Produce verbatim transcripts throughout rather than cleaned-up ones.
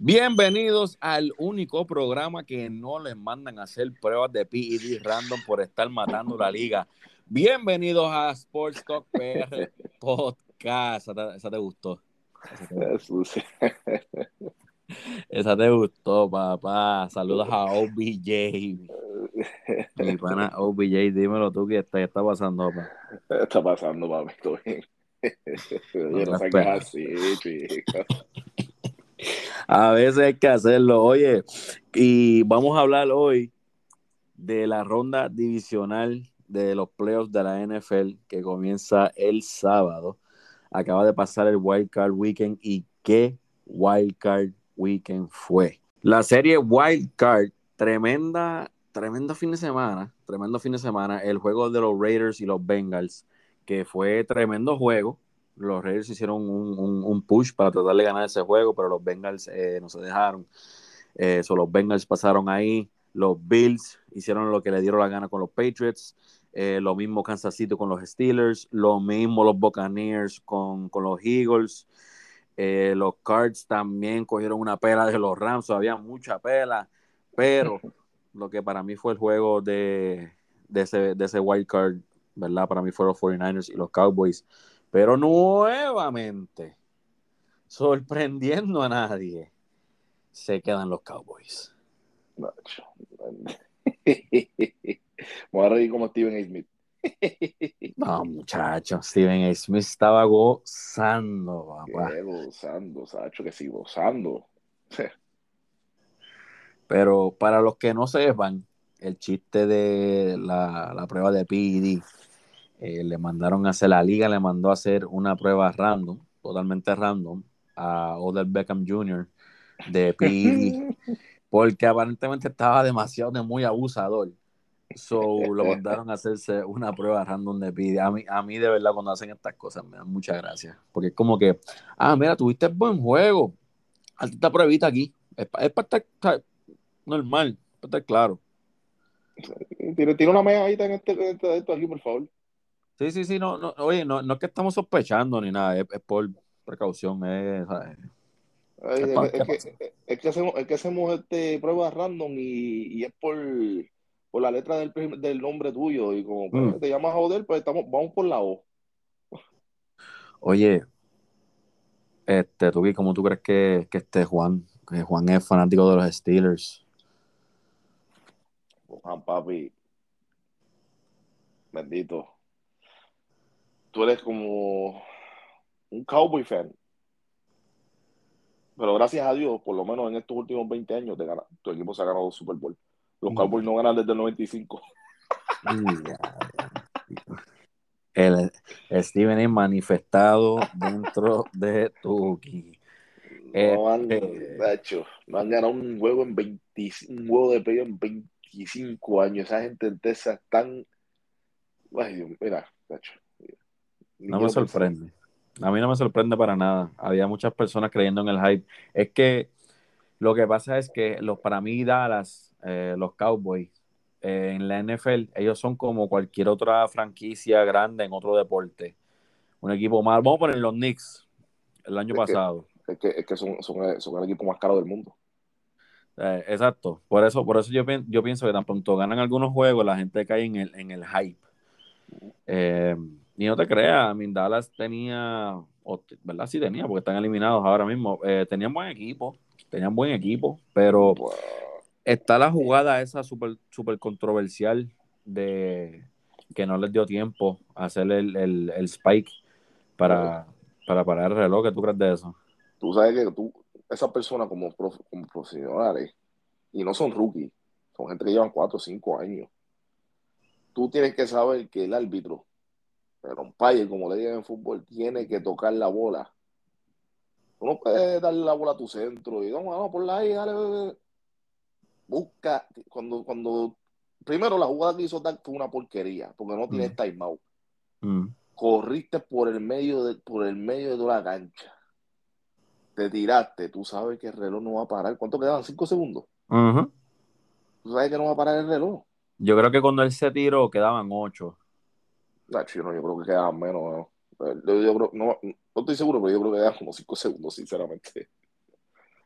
Bienvenidos al único programa que no les mandan a hacer pruebas de P E D random por estar matando la liga. Bienvenidos a Sports Talk P R Podcast. Esa te, esa te gustó. Esa te gustó. Esa te gustó, papá. Saludos a O B J. Mi pana O B J, dímelo tú qué está, está pasando, papá. ¿Qué está pasando, papi? ¿Todo bien? No Yo te no sé qué es esperaba. así, chico. A veces hay que hacerlo. Oye, y vamos a hablar hoy de la ronda divisional de los playoffs de la N F L que comienza el sábado. Acaba de pasar el Wild Card Weekend y qué Wild Card Weekend fue. La serie Wild Card, tremenda, tremendo fin de semana, tremendo fin de semana. El juego de los Raiders y los Bengals, que fue tremendo juego. Los Raiders hicieron un, un, un push para tratar de ganar ese juego, pero los Bengals eh, no se dejaron. Eh, so los Bengals pasaron ahí. Los Bills hicieron lo que le dieron la gana con los Patriots. Eh, lo mismo Kansas City con los Steelers. Lo mismo los Buccaneers con, con los Eagles. Eh, los Cards también cogieron una pela de los Rams. Había mucha pela. Pero lo que para mí fue el juego de, de, ese, de ese wild card, ¿verdad? Para mí fueron los cuarenta y nueve ers y los Cowboys. Pero nuevamente, sorprendiendo a nadie, se quedan los Cowboys. Nacho. Me voy a reír como Steven A. Smith. No, muchachos, Steven A. Smith estaba gozando, papá. Qué gozando, Sacho, que sí, gozando. Pero para los que no sepan, el chiste de la, la prueba de P E D, eh, le mandaron a hacer, la liga le mandó a hacer una prueba random, totalmente random, a Odell Beckham junior de P E D, porque aparentemente estaba demasiado de muy abusador. So, lo mandaron a hacerse una prueba random de P E D. A mí, a mí, de verdad, cuando hacen estas cosas, me dan muchas gracias. Porque es como que, ah, mira, tuviste buen juego. Hazte esta pruebita aquí. Es, pa- es para estar, estar normal, para estar claro. Tira, tira una medallita en este, en este- esto aquí, por favor. Sí, sí, sí, no, no, oye, no, no es que estamos sospechando ni nada, es, es por precaución, es, ¿sabes? Ay, Es Es para que, es que pase. que, es que hacemos, es que hacemos este, pruebas random y, y es por, por la letra del, prim- del nombre tuyo. Y como Mm. pues, te llamas Joder, pues estamos, vamos por la O. Oye, este, tú, ¿cómo tú crees que, que este Juan, que Juan es fanático de los Steelers? Juan, papi, bendito. Tú eres como un Cowboy fan, pero gracias a Dios, por lo menos en estos últimos veinte años, te gana, tu equipo se ha ganado dos Super Bowl. Los Y, Cowboys no ganan desde el noventa y cinco. y ya, el, Steven es manifestado dentro de Tuki. No han, Este, hecho, no han ganado un juego en veinte, un juego de playoff en veinticinco años. Esa gente en Texas tan, ay Dios, mira, hecho, ni no me quiero pensar. sorprende. A mí no me sorprende para nada. Había muchas personas creyendo en el hype. Es que lo que pasa es que los, para mí Dallas, eh, los Cowboys, eh, en la N F L, ellos son como cualquier otra franquicia grande en otro deporte. Un equipo más, vamos a poner los Knicks el año Es que, pasado. es que, es que son, son, son el equipo más caro del mundo. Eh, exacto. Por eso, por eso yo, pi- yo pienso que tan pronto ganan algunos juegos, la gente cae en el, en el hype. Eh, y no te creas, mi Dallas tenía, o t- ¿verdad? Sí tenía, porque están eliminados ahora mismo. Eh, tenían buen equipo, tenían buen equipo, pero Wow. está la jugada esa súper super controversial de que no les dio tiempo a hacer el, el, el spike para, para parar el reloj. ¿Qué tú crees de eso? Tú sabes que tú, esas personas como, prof, como profesionales, y no son rookies, son gente que llevan cuatro o cinco años. Tú tienes que saber que el árbitro, el umpire, como le digan en fútbol, tiene que tocar la bola. Tú no puedes darle la bola a tu centro y vamos, vamos, por ahí, dale, busca. Cuando, cuando, primero la jugada que hizo Dak fue una porquería, porque no tienes Mm, timeout. mm. Corriste por el medio de, por el medio de toda la cancha. Te tiraste, tú sabes que el reloj no va a parar. ¿Cuánto quedaban? ¿Cinco segundos? Ujú. Tú sabes que no va a parar el reloj. Yo creo que cuando él se tiró quedaban ocho. Nacho, yo, no, yo creo que quedaban menos. ¿No? Yo, yo creo, no, no estoy seguro, pero yo creo que quedaban como cinco segundos, sinceramente.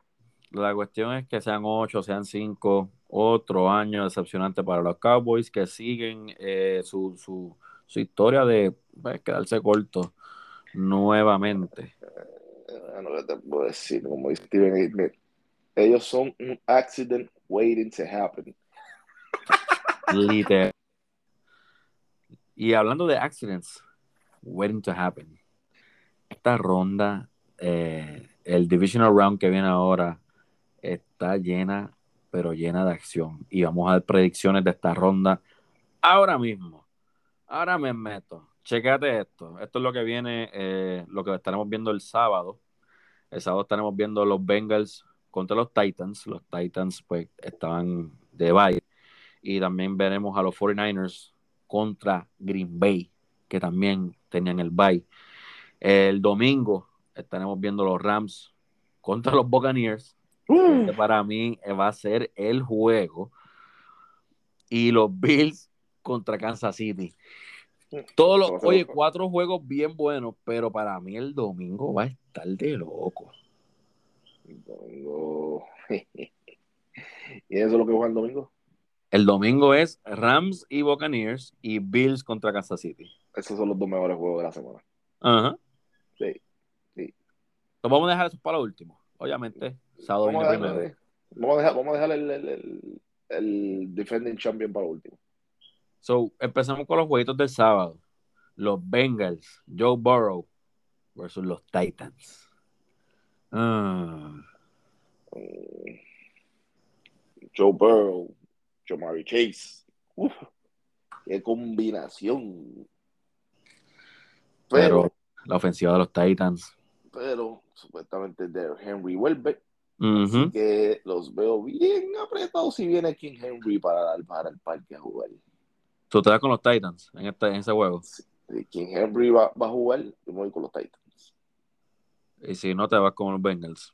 La cuestión es que sean ocho, sean cinco, otro año decepcionante para los Cowboys que siguen eh, su, su, su historia de pues, quedarse cortos nuevamente. Bueno, ¿qué te puedo decir? Como dice Steven A. Smith, ellos son un accident waiting to happen. Literal. Y hablando de accidents waiting to happen, esta ronda, eh, el divisional round que viene ahora, está llena, pero llena de acción. Y vamos a dar predicciones de esta ronda ahora mismo. Ahora me meto. Checate esto. Esto es lo que viene, eh, lo que estaremos viendo el sábado. El sábado estaremos viendo los Bengals contra los Titans. Los Titans, pues, estaban de bye. Y también veremos a los cuarenta y nueve ers contra Green Bay, que también tenían el bye. El domingo estaremos viendo los Rams contra los Buccaneers. Este para mí va a ser el juego. Y los Bills contra Kansas City. Todos los, oye, cuatro juegos bien buenos, pero para mí el domingo va a estar de loco. El domingo. ¿Y eso es lo que juega el domingo? El domingo es Rams y Buccaneers y Bills contra Kansas City. Esos son los dos mejores juegos de la semana. Ajá. Sí, sí. Entonces vamos a dejar eso para lo último. Obviamente, sábado Vamos viene a dejar, primero. vamos a dejar, vamos a dejar el, el, el, el defending champion para lo último. So, empezamos con los jueguitos del sábado. Los Bengals, Joe Burrow versus los Titans. Ah. Joe Burrow, Jamari Chase. Uf, qué combinación. Pero, Pero, la ofensiva de los Titans. pero, supuestamente Derrick Henry vuelve. Uh-huh. Así que los veo bien apretados si viene King Henry para, para el parque a jugar. ¿Tú te vas con los Titans en, este, en ese juego? Si King Henry va, va a jugar, yo me voy con los Titans. Y si no, te vas con los Bengals.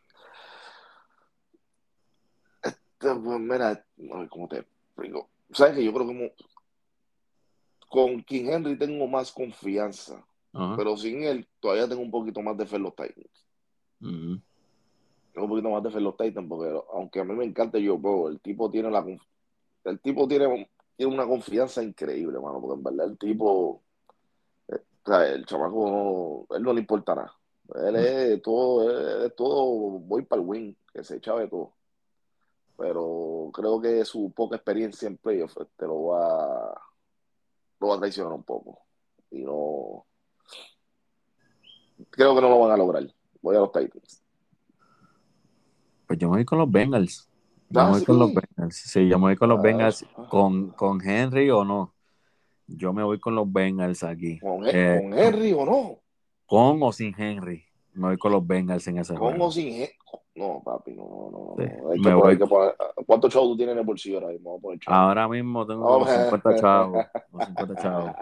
Este, pues mira, ¿cómo te explico? ¿Sabes que yo creo que con King Henry tengo más confianza? Uh-huh. Pero sin él, todavía tengo un poquito más de fe en los Titans. Uh-huh. Tengo un poquito más de fe en los Titans, porque aunque a mí me encanta Joe Burrow, el tipo tiene la el tipo tiene, tiene una confianza increíble, mano, porque en verdad el tipo, eh, o sea, el chamaco, no, él no le importa nada. Él es todo, él es todo, voy para el win, que se echa de todo. Pero creo que su poca experiencia en playoff te lo va, lo va a traicionar un poco. Y no, creo que no lo van a lograr. Voy a los Titans. Pues yo me voy con los Bengals. Yo me Ah, voy con los sí. Bengals. Sí, yo me voy con los Ah, Bengals con, con Henry o no. Yo me voy con los Bengals aquí. ¿con, Eh, ¿Con Henry o no? con o sin Henry. Me voy con los Bengals en ese ¿Con o juego. sin Henry? No, papi, no, no, no, Sí, no. Hay que, me poner, hay voy. que poner. ¿Cuántos chavos tú tienes en el bolsillo ahora mismo? Vamos a poner chavos. Ahora mismo tengo Vamos como cincuenta chavos. a... Como cincuenta chavos.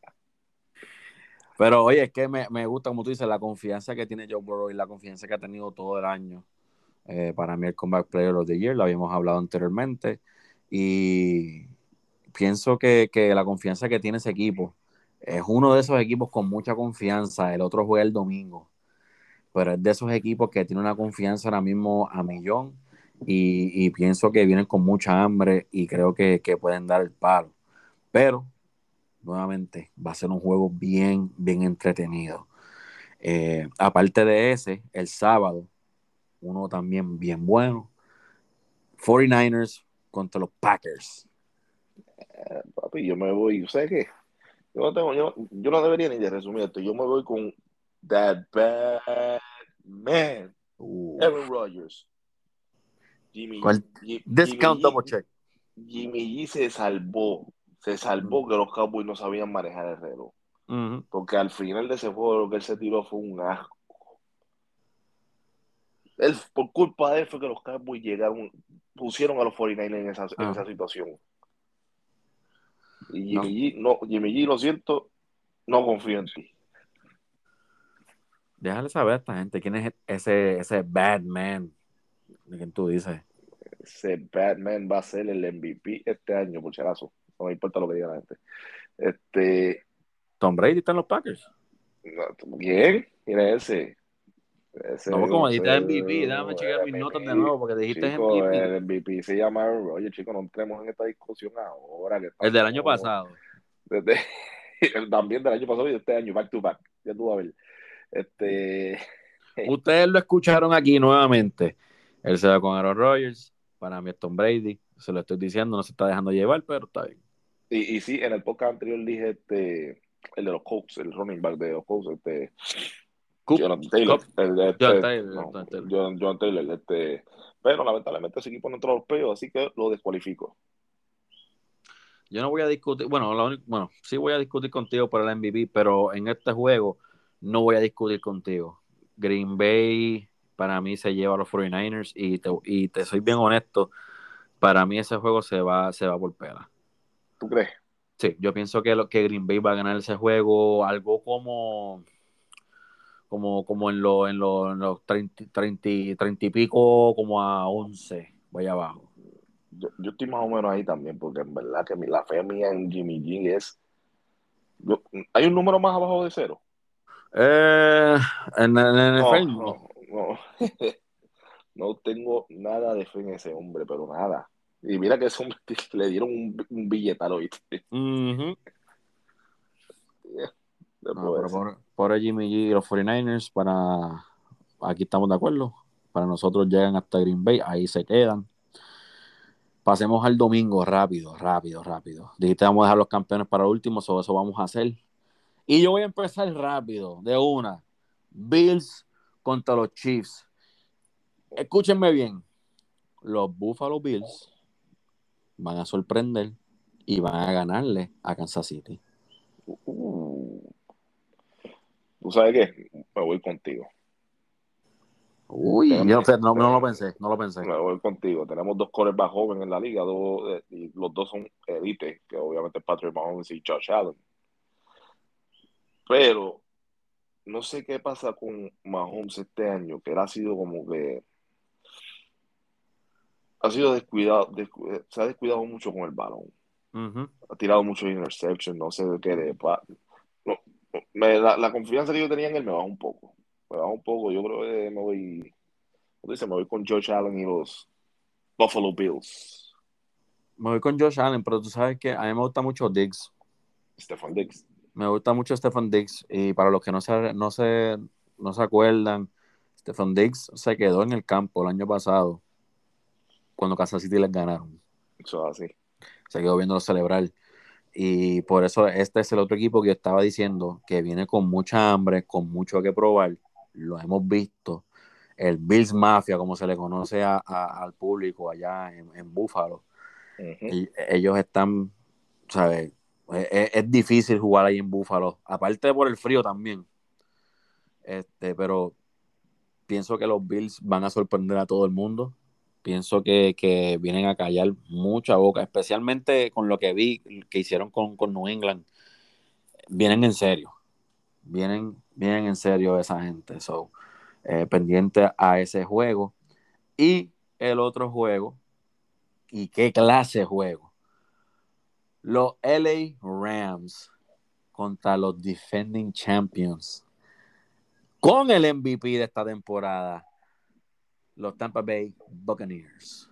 Pero oye, es que me, me gusta, como tú dices, la confianza que tiene Joe Burrow y la confianza que ha tenido todo el año. Eh, para mí el Comeback Player of the Year, lo habíamos hablado anteriormente. Y pienso que, que la confianza que tiene ese equipo es uno de esos equipos con mucha confianza. El otro juega el domingo, pero es de esos equipos que tiene una confianza ahora mismo a millón y, y pienso que vienen con mucha hambre y creo que, que pueden dar el palo. Pero, nuevamente, va a ser un juego bien, bien entretenido. Eh, aparte de ese, el sábado, uno también bien bueno. cuarenta y nueve ers contra los Packers. Eh, papi, yo me voy, ¿sabes qué? Yo no, tengo, yo, yo no debería ni de resumir esto. Yo me voy con That Bad Man, Uh, Aaron Rodgers. Jimmy, ¿Cuál? Jimmy, Discount double G, check. Jimmy G se salvó. Se Uh salvó que los Cowboys no sabían manejar el reloj. -huh. Porque al final de ese juego lo que él se tiró fue un asco. Él, por culpa de él fue que los Cowboys llegaron, pusieron a los cuarenta y nueve en esa, Uh en -huh. esa situación. Y No, Jimmy G, no, Jimmy G, lo siento, no confío en ti. déjale saber a esta gente quién es ese, ese bad man de quien tú dices. Ese Batman va a ser el M V P este año, por si acaso. No me importa lo que diga la gente. Este, Tom Brady está en los Packers. ¿quién? ¿Quién es ese? Ese, No, porque como ese, dijiste M V P, déjame chequear el mis notas de M V P, nuevo, porque dijiste chico, M V P. el M V P se llama Aaron Rodgers, chico, no entremos en esta discusión ahora que El del año estamos pasado. desde también del año pasado y de este año, back to back. Ya tú vas a ver. Este, Ustedes lo escucharon aquí nuevamente. Él se va con Aaron Rodgers. Para mí es Tom Brady. Se lo estoy diciendo, no se está dejando llevar, pero está bien. y, y sí, en el podcast anterior dije este, el de los Colts, el running back de los Colts, este, Cup, Jonathan Taylor, Cup, el de John este, Taylor, no, John Taylor. John, John Taylor, este, pero lamentablemente ese equipo no entró a los playoffs, así que lo descualifico. Yo no voy a discutir, bueno, lo único- bueno, sí voy a discutir contigo por el M V P, pero en este juego no voy a discutir contigo. Green Bay para mí se lleva a los cuarenta y nueve ers y te, y te soy bien honesto, para mí ese juego se va, se va por pela. ¿Tú crees? Sí, yo pienso que, lo, que Green Bay va a ganar ese juego algo como, como, como en, lo, en, lo, en los treinta, treinta, treinta y pico, como a once, vaya abajo. Yo, yo estoy más o menos ahí también, porque en verdad que mi- la fe mía en Jimmy G es. yo- ¿Hay un número más abajo de cero? Eh, en, en el No, N F L, no. no, no. No tengo nada de fe en ese hombre, pero nada. Y mira que ese hombre le dieron un, un billetal, ¿oíste? Uh-huh. ¿Qué No, puedo pero decir? por, por Jimmy G y los cuarenta y nueve ers, para, aquí estamos de acuerdo. Para nosotros llegan hasta Green Bay, ahí se quedan. Pasemos al domingo, rápido, rápido, rápido. Dijiste vamos a dejar los campeones para el último, sobre eso vamos a hacer. Y yo voy a empezar rápido, de una. Bills contra los Chiefs. Escúchenme bien. Los Buffalo Bills van a sorprender y van a ganarle a Kansas City. Uh, ¿Tú sabes qué? Me voy contigo. Uy, yo Tenemos, no, sé, no, no lo te- pensé, no lo pensé. me voy contigo. Tenemos dos quarterbacks jóvenes en la liga, dos, eh, y los dos son elite, que obviamente Patrick Mahomes y Josh Allen. Pero no sé qué pasa con Mahomes este año, que él ha sido como que ha sido descuidado, descu- se ha descuidado mucho con el balón. Uh-huh. Ha tirado muchos interceptions, no sé de qué de pa- no, no, me- la, la confianza que yo tenía en él me baja un poco. Me baja un poco. Yo creo que me voy, ¿cómo dice? Me voy con Josh Allen y los Buffalo Bills. Me voy con Josh Allen, pero tú sabes que a mí me gusta mucho Diggs. Stefan Diggs. Me gusta mucho Stefan Diggs. Y para los que no se, no se, no se acuerdan, Stefan Diggs se quedó en el campo el año pasado cuando Kansas City les ganaron. Eso es así. Se quedó viéndolo celebrar. Y por eso este es el otro equipo que yo estaba diciendo que viene con mucha hambre, con mucho que probar. Lo hemos visto. El Bills Mafia, como se le conoce a, a, al público allá en, en Buffalo. Uh-huh. Y, ellos están, ¿sabes? Es, es, difícil jugar ahí en Buffalo. Aparte por el frío también. Este, pero pienso que los Bills van a sorprender a todo el mundo. Pienso que, que vienen a callar mucha boca, especialmente con lo que vi que hicieron con, con New England. Vienen en serio. Vienen, vienen en serio esa gente. So, eh, pendiente a ese juego. Y el otro juego, y qué clase de juego. Los L A Rams contra los defending champions. Con el M V P de esta temporada, los Tampa Bay Buccaneers.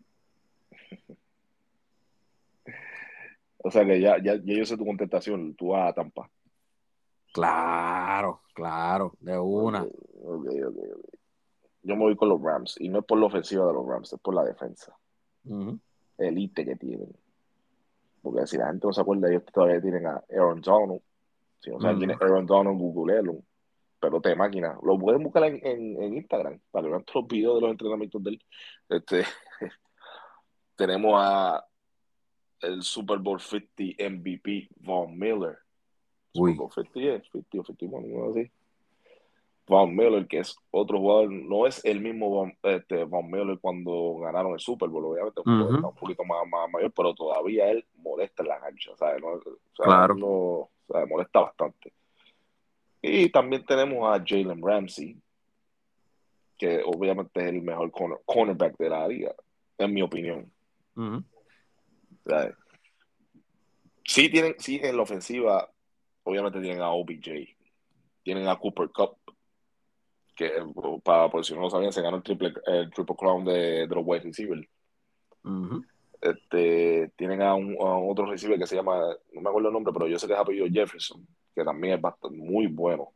O sea que ya, ya, ya yo sé tu contestación. Tú vas a Tampa. Claro, claro, de Ok, una. ok, ok, ok. Yo me voy con los Rams. Y no es por la ofensiva de los Rams, es por la defensa. Uh-huh. Elite que tienen. Porque si la gente no se acuerda, ellos todavía tienen a Aaron Donald. Si no saben quién Uh-huh. es Aaron Donald, googleelo. Pelote de máquina. Lo pueden buscar en, en, en Instagram para que vean todos los videos de los entrenamientos de él. Este, tenemos a el Super Bowl cincuenta M V P Von Miller. Super Uy. Bowl cincuenta es cincuenta o cincuenta y uno, así. Von Miller, que es otro jugador, no es el mismo Von, este, Von Miller cuando ganaron el Super Bowl, obviamente un poco, está Uh-huh. un poquito más, más mayor, pero todavía él molesta en la cancha, ¿sabes? No, o sea, Claro. él no, o sea, molesta bastante. Y también tenemos a Jalen Ramsey, que obviamente es el mejor corner, cornerback de la liga, en mi opinión. Uh-huh. O sea, sí tienen, sí en la ofensiva, obviamente tienen a O B J, tienen a Cooper Cup, que para, por si no lo sabían, se ganó el triple, el triple crown de, de los wide receivers. Ujú. Este, tienen a, un, a otro receiver que se llama, no me acuerdo el nombre, pero yo sé que es apellido Jefferson, que también es bastante, muy bueno.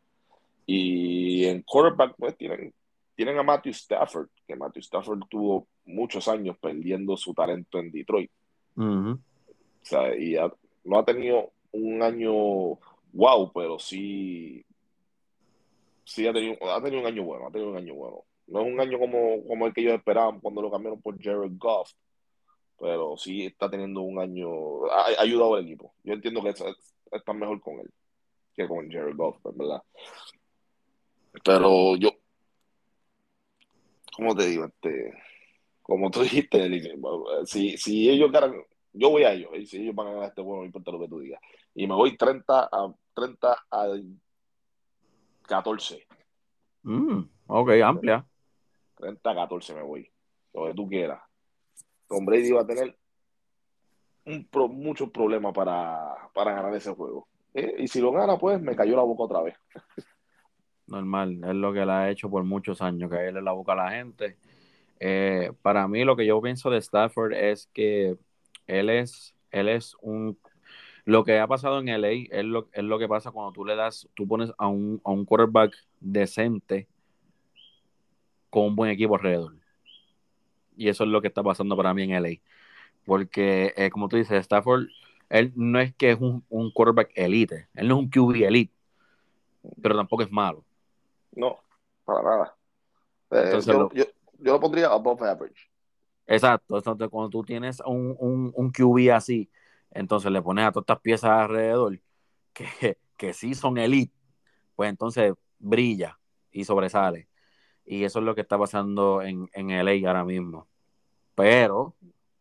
Y en quarterback, pues tienen, tienen a Matthew Stafford, que Matthew Stafford tuvo muchos años perdiendo su talento en Detroit. Ujú. O sea, y ha- no ha tenido un año wow, pero sí, sí ha tenido, ha tenido un año bueno, ha tenido un año bueno. No es un año como, como el que ellos esperaban cuando lo cambiaron por Jared Goff, pero sí está teniendo un año, ha, ha ayudado al equipo. Yo entiendo que es- es- está mejor con él que con Jared Goff, en verdad. Pero yo, ¿cómo te digo? Este, como tú dijiste, Elise, si, si ellos ganan, yo voy a ellos, y si ellos van a ganar este juego, no importa lo que tú digas. Y me voy treinta a, treinta a catorce. Mm, ok, amplia. treinta a catorce me voy. Lo que tú quieras. Tom Brady va a tener un pro, muchos problemas para, para ganar ese juego. Eh, y si lo gana, pues me cayó la boca otra vez. Normal, es lo que le ha hecho por muchos años, caerle la boca a la gente. Eh, para mí, lo que yo pienso de Stafford es que él es, él es un. Lo que ha pasado en L A es lo, es lo que pasa cuando tú le das, tú pones a un, a un quarterback decente con un buen equipo alrededor. Y eso es lo que está pasando para mí en L A. Porque, eh, como tú dices, Stafford, él no es que es un, un quarterback elite, él no es un Q B elite, pero tampoco es malo. No, para nada. Eh, Entonces, yo, lo, yo, yo lo pondría above average. exacto, entonces cuando tú tienes un, un, un Q B así, entonces le pones a todas estas piezas alrededor que, que sí son elite, pues entonces brilla y sobresale. Y eso es lo que está pasando en, en L A ahora mismo. Pero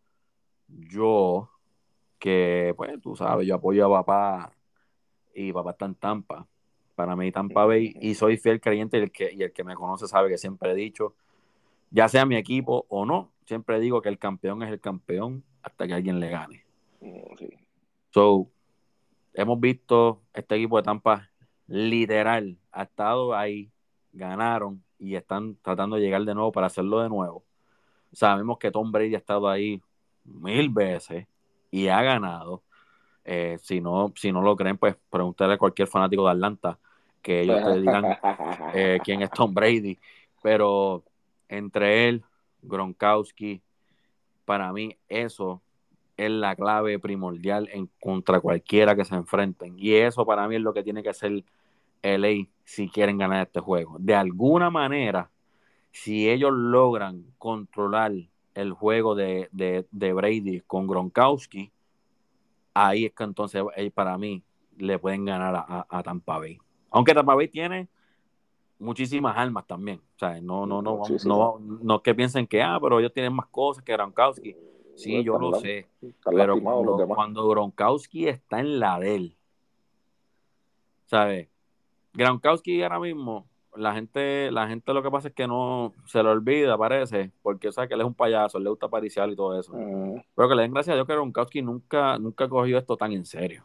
yo, que pues tú sabes, yo apoyo a papá y papá está en Tampa. Para mí Tampa Bay, y soy fiel creyente y el que, y el que me conoce sabe que siempre he dicho, ya sea mi equipo o no, siempre digo que el campeón es el campeón hasta que alguien le gane. Sí. So, hemos visto este equipo de Tampa literal, ha estado ahí, ganaron y están tratando de llegar de nuevo para hacerlo de nuevo. Sabemos que Tom Brady ha estado ahí mil veces y ha ganado. Eh, si no, si no lo creen, pues pregúntale a cualquier fanático de Atlanta que ellos te digan eh, quién es Tom Brady. Pero entre él, Gronkowski, para mí eso es la clave primordial en contra cualquiera que se enfrenten. Y eso para mí es lo que tiene que hacer L A si quieren ganar este juego. De alguna manera, si ellos logran controlar el juego de, de, de Brady con Gronkowski, ahí es que entonces eh, para mí le pueden ganar a, a, a Tampa Bay. Aunque Tampa Bay tiene muchísimas armas también. O sea, no, no, no, Muchísimo. no, no que piensen que, ah, pero ellos tienen más cosas que Gronkowski. Sí, yo Están, lo la- sé. están Pero lastimados los cuando, demás. cuando Gronkowski está en la de él, ¿sabes? Gronkowski ahora mismo, la gente, la gente lo que pasa es que no se lo olvida, parece, porque sabe que él es un payaso, él le gusta pariciar y todo eso. Mm, Pero que le den gracias a Dios que Gronkowski nunca, nunca cogió esto tan en serio.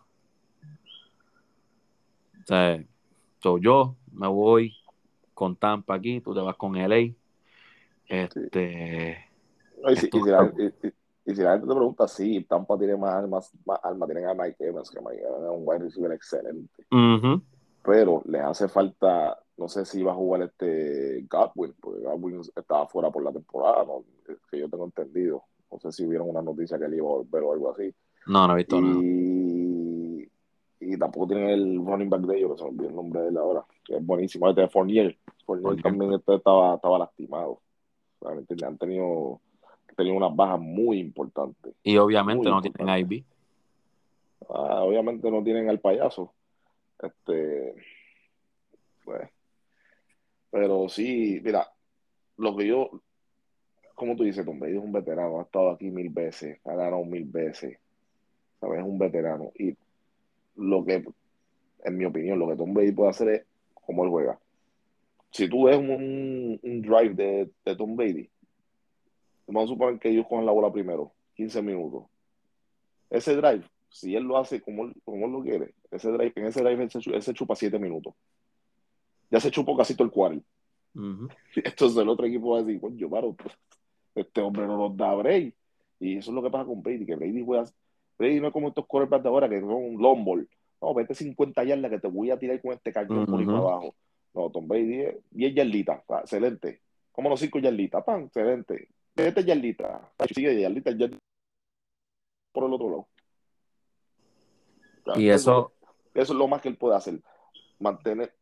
O sea, so yo me voy con Tampa aquí, tú te vas con L A. sí. Este, No, Y si, esto y va si a la, estar- y, y- y si la gente te pregunta, sí, Tampa tiene más armas, más armas, tienen a Mike Evans, que Mike Evans es un wide receiver excelente. Ujú. Pero les hace falta, no sé si va a jugar este Godwin, porque Godwin estaba fuera por la temporada, ¿no? Que yo tengo entendido. No sé si vieron una noticia que él iba a volver o algo así. No, no he visto nada. Y, y tampoco tienen el running back de ellos, que se me olvidó el nombre de él ahora, que es buenísimo, este de Fournier. Fournier Porque, también este estaba, estaba lastimado. O sea, ¿me entiendes? Han tenido, tenido unas bajas muy importantes, y obviamente muy no tienen importantes. I B. Ah, obviamente no tienen al payaso, este, pues, pero sí, mira, lo que yo, como tú dices, Tom Brady es un veterano, ha estado aquí mil veces, ha ganado mil veces, ¿sabes? Es un veterano. Y lo que, en mi opinión, lo que Tom Brady puede hacer es cómo él juega. Si tú ves un, un drive de, de Tom Brady, vamos a suponer que ellos cogen la bola primero, quince minutos. Ese drive, si él lo hace como él, como él lo quiere, ese drive, en ese drive él se, él se chupa siete minutos. ya se chupó casi todo el cuarto. Uh-huh. Entonces el otro equipo va a decir, coño, mano, pues, este hombre no nos da break. Y eso es lo que pasa con Brady, que Brady juega, Brady no es como estos quarterbacks de ahora que son un long ball. No, vete cincuenta yardas que te voy a tirar con este cañón por ahí para Uh-huh. abajo. No, Tom Brady es diez yarditas, ah, excelente. Como los cinco yarditas, pan, excelente. siete yarditas, sigue yarditas, yarditas por el otro lado. Ya, Y eso, eso, eso es lo más que él puede hacer. Mantener,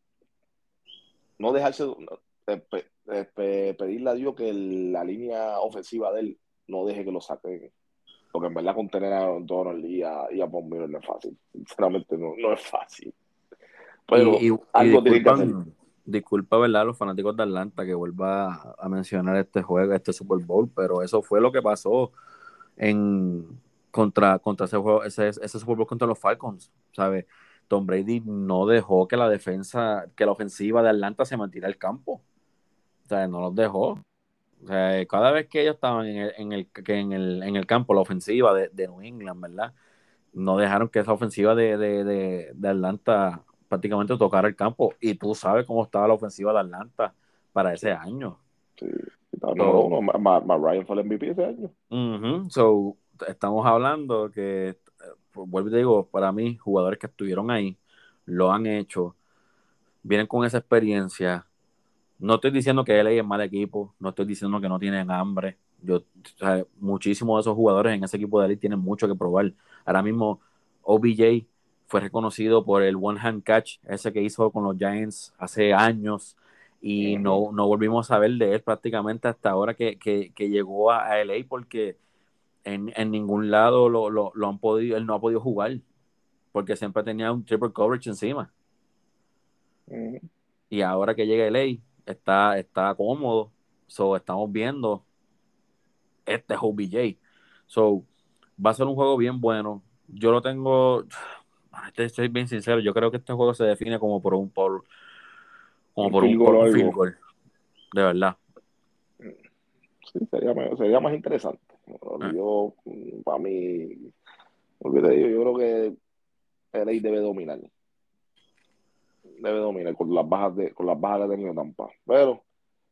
no dejarse, eh, pe- eh, pe- pedirle a Dios que la línea ofensiva de él no deje que lo saquen. Porque en verdad contener a Donald y a, y a Von Miller no es fácil. Sinceramente no, no es fácil. y, Pero y, y algo tienen que hacer. disculpan, disculpa, ¿verdad? Los fanáticos de Atlanta que vuelva a, a mencionar este juego, este Super Bowl, pero eso fue lo que pasó en contra, contra ese juego, ese, ese Super Bowl contra los Falcons, ¿sabes? Tom Brady no dejó que la defensa, que la ofensiva de Atlanta se mantuviera el campo. O sea, no los dejó. O sea, cada vez que ellos estaban en el, en el, que en el, en el campo, la ofensiva de, de New England, ¿verdad? No dejaron que esa ofensiva de, de, de, de Atlanta prácticamente tocara el campo. Y tú sabes cómo estaba la ofensiva de Atlanta para ese año. Sí, está número So, uno. Matt Ryan fue el M V P ese año. uh-huh. So, estamos hablando que, eh, vuelvo y te digo, para mí, jugadores que estuvieron ahí, lo han hecho, vienen con esa experiencia. No estoy diciendo que L A es mal equipo, no estoy diciendo que no tienen hambre. Yo, o sea, muchísimos de esos jugadores en ese equipo de L A tienen mucho que probar. Ahora mismo, O B J fue reconocido por el one hand catch, ese que hizo con los Giants hace años, y Uh-huh. no, no volvimos a saber de él prácticamente hasta ahora que, que, que llegó a, a L A, porque en, en ningún lado lo, lo, lo han podido, él no ha podido jugar, porque siempre tenía un triple coverage encima. Uh-huh. Y ahora que llega L A, está, está cómodo. So, estamos viendo este es O B J. So, va a ser un juego bien bueno. Yo lo tengo, este, estoy bien sincero, yo creo que este juego se define como por un, por, como Un por un, field goal por o un field algo. goal, de verdad. Sí, sería, sería más interesante. Eh, Yo, para mí, porque te digo, yo creo que L A debe dominar. Debe dominar con las bajas de, con las bajas que ha tenido Tampa. Pero,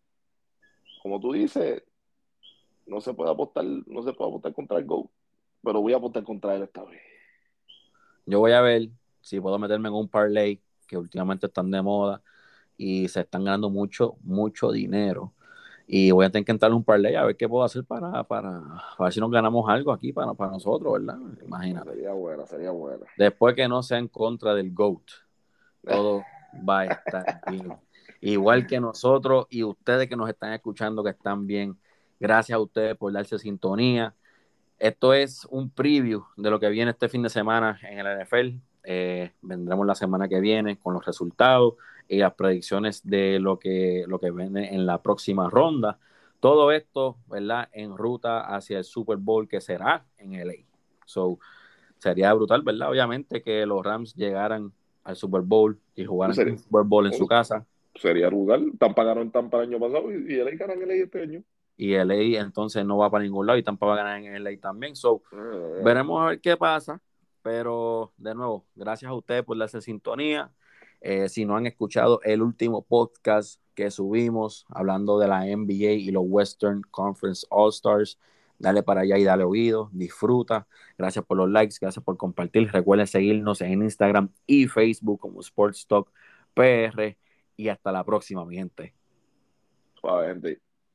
como tú dices, no se puede apostar, no se puede apostar contra el Go. Pero voy a apostar contra él esta vez. Yo voy a ver si puedo meterme en un parlay que últimamente están de moda y se están ganando mucho, mucho dinero. Y voy a tener que entrar en un parlay a ver qué puedo hacer para, para, para ver si nos ganamos algo aquí para, para nosotros, ¿verdad? No, Imagínate. sería buena, sería buena. Después que no sea en contra del GOAT, todo va a estar bien. Igual que nosotros y ustedes que nos están escuchando que están bien. Gracias a ustedes por darse sintonía. Esto es un preview de lo que viene este fin de semana en el N F L. Eh, vendremos la semana que viene con los resultados y las predicciones de lo que, lo que viene en la próxima ronda. Todo esto, ¿verdad? En ruta hacia el Super Bowl que será en L A. So, sería brutal, ¿verdad? Obviamente que los Rams llegaran al Super Bowl y jugaran Sería, un Super Bowl en su casa. sería rural. Tampa ganó en Tampa el año pasado y, y L A ganan el este año. Y L A entonces no va para ningún lado y Tampa va a ganar en L A también. So, Eh, veremos a ver qué pasa. Pero de nuevo, gracias a ustedes por darse sintonía. Eh, si no han escuchado el último podcast que subimos hablando de la N B A y los Western Conference All Stars, dale para allá y dale oído, disfruta. Gracias por los likes, gracias por compartir. Recuerden seguirnos en Instagram y Facebook como Sports Talk P R. Y hasta la próxima, mi gente. Suave, gente.